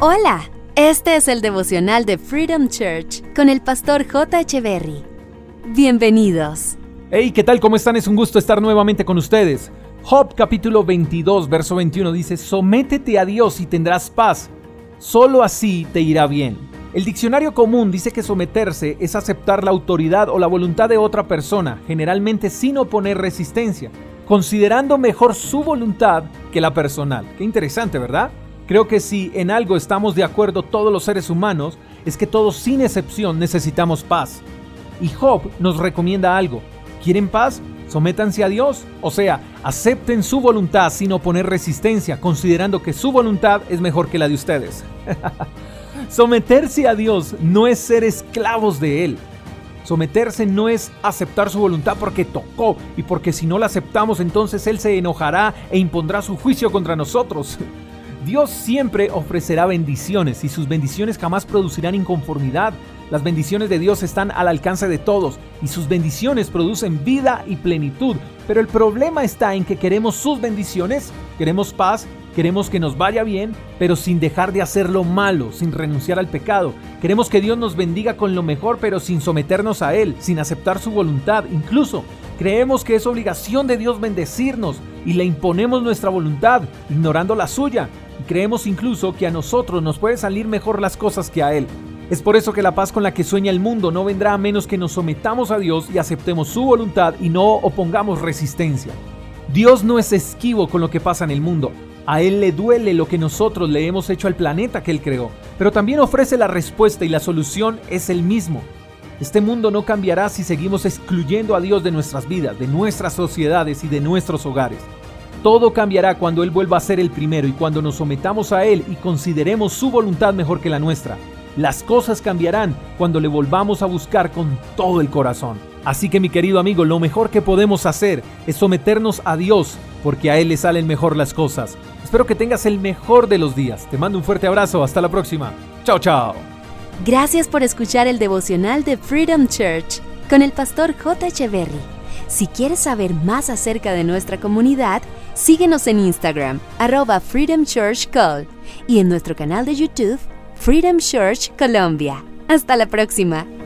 Hola, este es el devocional de Freedom Church con el pastor J. Berry. Bienvenidos. Hey, ¿qué tal? ¿Cómo están? Es un gusto estar nuevamente con ustedes. Job capítulo 22, verso 21 dice: Sométete a Dios y tendrás paz. Solo así te irá bien. El diccionario común dice que someterse es aceptar la autoridad o la voluntad de otra persona, generalmente sin oponer resistencia, considerando mejor su voluntad que la personal. Qué interesante, ¿verdad? Creo que si en algo estamos de acuerdo todos los seres humanos, es que todos sin excepción necesitamos paz. Y Job nos recomienda algo. ¿Quieren paz? Sométanse a Dios. O sea, acepten su voluntad sin oponer resistencia, considerando que su voluntad es mejor que la de ustedes. Someterse a Dios no es ser esclavos de Él. Someterse no es aceptar su voluntad porque tocó y porque si no la aceptamos entonces Él se enojará e impondrá su juicio contra nosotros. Dios siempre ofrecerá bendiciones y sus bendiciones jamás producirán inconformidad. Las bendiciones de Dios están al alcance de todos y sus bendiciones producen vida y plenitud. Pero el problema está en que queremos sus bendiciones, queremos paz, queremos que nos vaya bien, pero sin dejar de hacer lo malo, sin renunciar al pecado. Queremos que Dios nos bendiga con lo mejor, pero sin someternos a Él, sin aceptar su voluntad. Incluso creemos que es obligación de Dios bendecirnos y le imponemos nuestra voluntad, ignorando la suya. Y creemos incluso que a nosotros nos puede salir mejor las cosas que a Él. Es por eso que la paz con la que sueña el mundo no vendrá a menos que nos sometamos a Dios y aceptemos su voluntad y no opongamos resistencia. Dios no es esquivo con lo que pasa en el mundo. A Él le duele lo que nosotros le hemos hecho al planeta que Él creó, pero también ofrece la respuesta y la solución es el mismo. Este mundo no cambiará si seguimos excluyendo a Dios de nuestras vidas, de nuestras sociedades y de nuestros hogares. Todo cambiará cuando Él vuelva a ser el primero y cuando nos sometamos a Él y consideremos su voluntad mejor que la nuestra. Las cosas cambiarán cuando le volvamos a buscar con todo el corazón. Así que mi querido amigo, lo mejor que podemos hacer es someternos a Dios, porque a Él le salen mejor las cosas. Espero que tengas el mejor de los días. Te mando un fuerte abrazo. Hasta la próxima. Chao, chao. Gracias por escuchar el devocional de Freedom Church con el pastor J. Berry. Si quieres saber más acerca de nuestra comunidad, síguenos en Instagram, @Freedom Church Call, y en nuestro canal de YouTube, Freedom Church Colombia. Hasta la próxima.